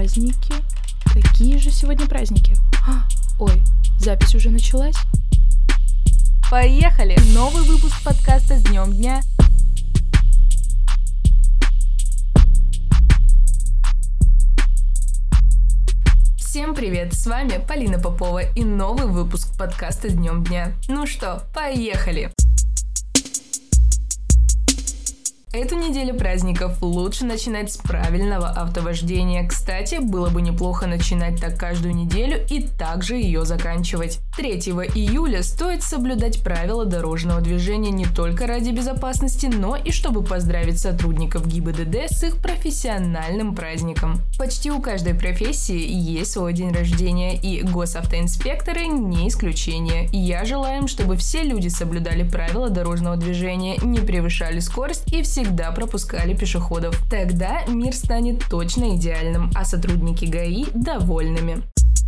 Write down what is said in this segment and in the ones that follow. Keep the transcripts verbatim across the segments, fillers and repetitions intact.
Праздники? Какие же сегодня праздники? А, ой, запись уже началась? Поехали! Новый выпуск подкаста с днем дня. Всем привет, с вами Полина Попова и новый выпуск подкаста с днем дня. Ну что, поехали! Эту неделю праздников лучше начинать с правильного автовождения. Кстати, было бы неплохо начинать так каждую неделю и также ее заканчивать. третьего июля стоит соблюдать правила дорожного движения не только ради безопасности, но и чтобы поздравить сотрудников ГИБДД с их профессиональным праздником. Почти у каждой профессии есть свой день рождения, и госавтоинспекторы не исключение. Я желаю им, чтобы все люди соблюдали правила дорожного движения, не превышали скорость и все всегда пропускали пешеходов. Тогда мир станет точно идеальным, а сотрудники ГАИ – довольными.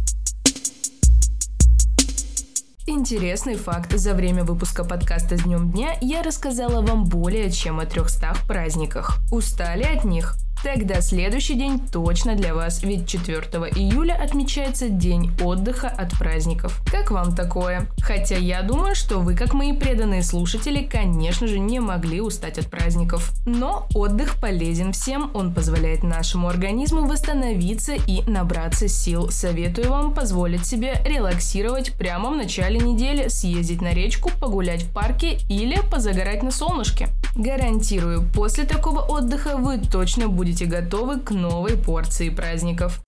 Интересный факт. За время выпуска подкаста с днем дня я рассказала вам более чем о трехстах праздниках. Устали от них? Тогда следующий день точно для вас, ведь четвёртого июля отмечается День отдыха от праздников. Как вам такое? Хотя я думаю, что вы, как мои преданные слушатели, конечно же, не могли устать от праздников. Но отдых полезен всем, он позволяет нашему организму восстановиться и набраться сил. Советую вам позволить себе релаксировать прямо в начале недели, съездить на речку, погулять в парке или позагорать на солнышке. Гарантирую, после такого отдыха вы точно будете готовы к новой порции праздников.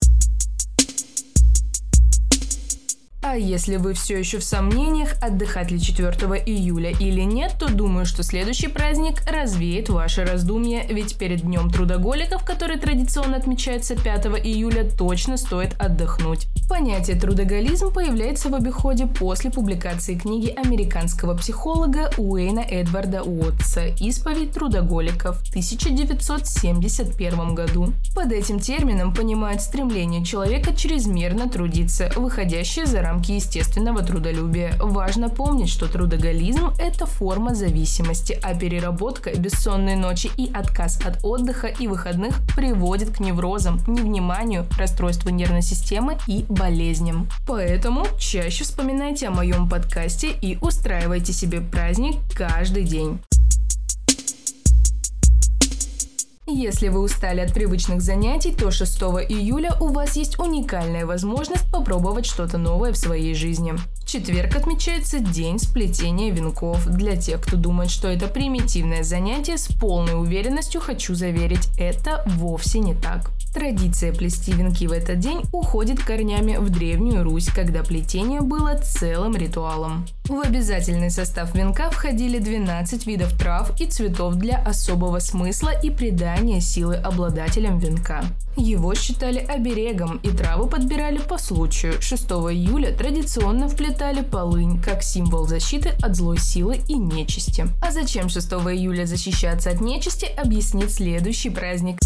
А если вы все еще в сомнениях, отдыхать ли четвёртого июля или нет, то думаю, что следующий праздник развеет ваши раздумья, ведь перед Днем трудоголиков, который традиционно отмечается пятого июля, точно стоит отдохнуть. Понятие трудоголизм появляется в обиходе после публикации книги американского психолога Уэйна Эдварда Уотса «Исповедь трудоголиков» в тысяча девятьсот семьдесят первом году. Под этим термином понимают стремление человека чрезмерно трудиться, выходящее за рамки естественного трудолюбия. Важно помнить, что трудоголизм – это форма зависимости, а переработка, бессонные ночи и отказ от отдыха и выходных приводит к неврозам, невниманию, расстройству нервной системы и болезням. Поэтому чаще вспоминайте о моем подкасте и устраивайте себе праздник каждый день. Если вы устали от привычных занятий, то шестого июля у вас есть уникальная возможность попробовать что-то новое в своей жизни. В четверг отмечается День сплетения венков. Для тех, кто думает, что это примитивное занятие, с полной уверенностью хочу заверить, это вовсе не так. Традиция плести венки в этот день уходит корнями в Древнюю Русь, когда плетение было целым ритуалом. В обязательный состав венка входили двенадцать видов трав и цветов для особого смысла и придания силы обладателям венка. Его считали оберегом, и травы подбирали по случаю. шестого июля традиционно вплетали полынь, как символ защиты от злой силы и нечисти. А зачем шестого июля защищаться от нечисти, объяснит следующий праздник.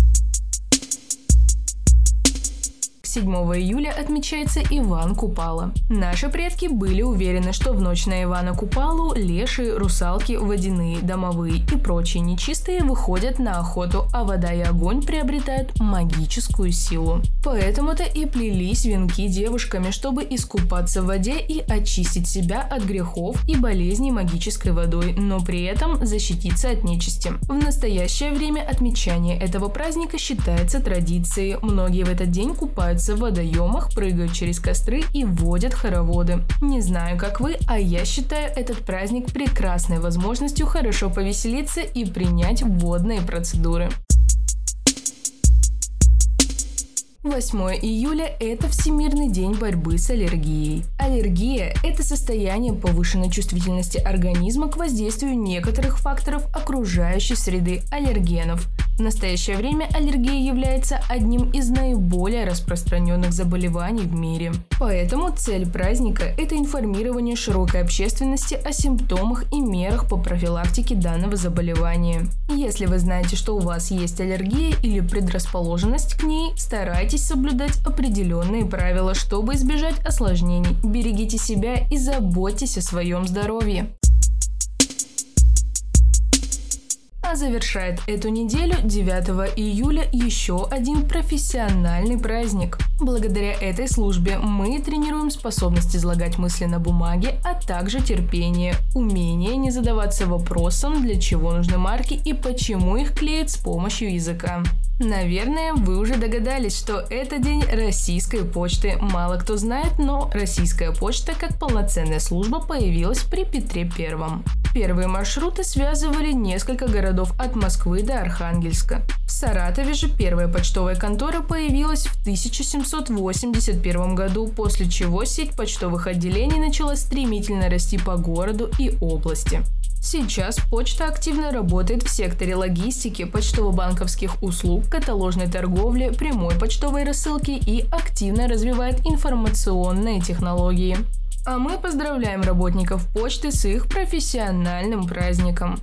седьмого июля отмечается Иван Купала. Наши предки были уверены, что в ночь на Ивана Купалу леши, русалки, водяные, домовые и прочие нечистые выходят на охоту, а вода и огонь приобретают магическую силу. Поэтому-то и плелись венки девушками, чтобы искупаться в воде и очистить себя от грехов и болезней магической водой, но при этом защититься от нечисти. В настоящее время отмечание этого праздника считается традицией. Многие в этот день купаются в водоемах, прыгают через костры и водят хороводы. Не знаю, как вы, а я считаю этот праздник прекрасной возможностью хорошо повеселиться и принять водные процедуры. восьмого июля – это Всемирный день борьбы с аллергией. Аллергия – это состояние повышенной чувствительности организма к воздействию некоторых факторов окружающей среды аллергенов. В настоящее время аллергия является одним из наиболее распространенных заболеваний в мире. Поэтому цель праздника – это информирование широкой общественности о симптомах и мерах по профилактике данного заболевания. Если вы знаете, что у вас есть аллергия или предрасположенность к ней, старайтесь соблюдать определенные правила, чтобы избежать осложнений. Берегите себя и заботьтесь о своем здоровье. А завершает эту неделю девятого июля еще один профессиональный праздник. Благодаря этой службе мы тренируем способность излагать мысли на бумаге, а также терпение, умение не задаваться вопросом, для чего нужны марки и почему их клеят с помощью языка. Наверное, вы уже догадались, что это день российской почты. Мало кто знает, но российская почта как полноценная служба появилась при Петре Первом. Первые маршруты связывали несколько городов от Москвы до Архангельска. В Саратове же первая почтовая контора появилась в тысяча семьсот восемьдесят первом году, после чего сеть почтовых отделений начала стремительно расти по городу и области. Сейчас почта активно работает в секторе логистики, почтово-банковских услуг, каталожной торговли, прямой почтовой рассылки и активно развивает информационные технологии. А мы поздравляем работников почты с их профессиональным праздником.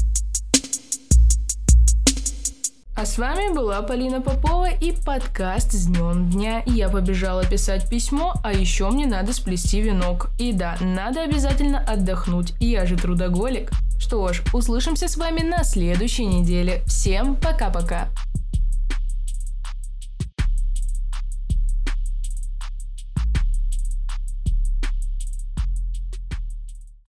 А с вами была Полина Попова и подкаст «С днем дня». Я побежала писать письмо, а еще мне надо сплести венок. И да, надо обязательно отдохнуть, я же трудоголик. Что ж, услышимся с вами на следующей неделе. Всем пока-пока!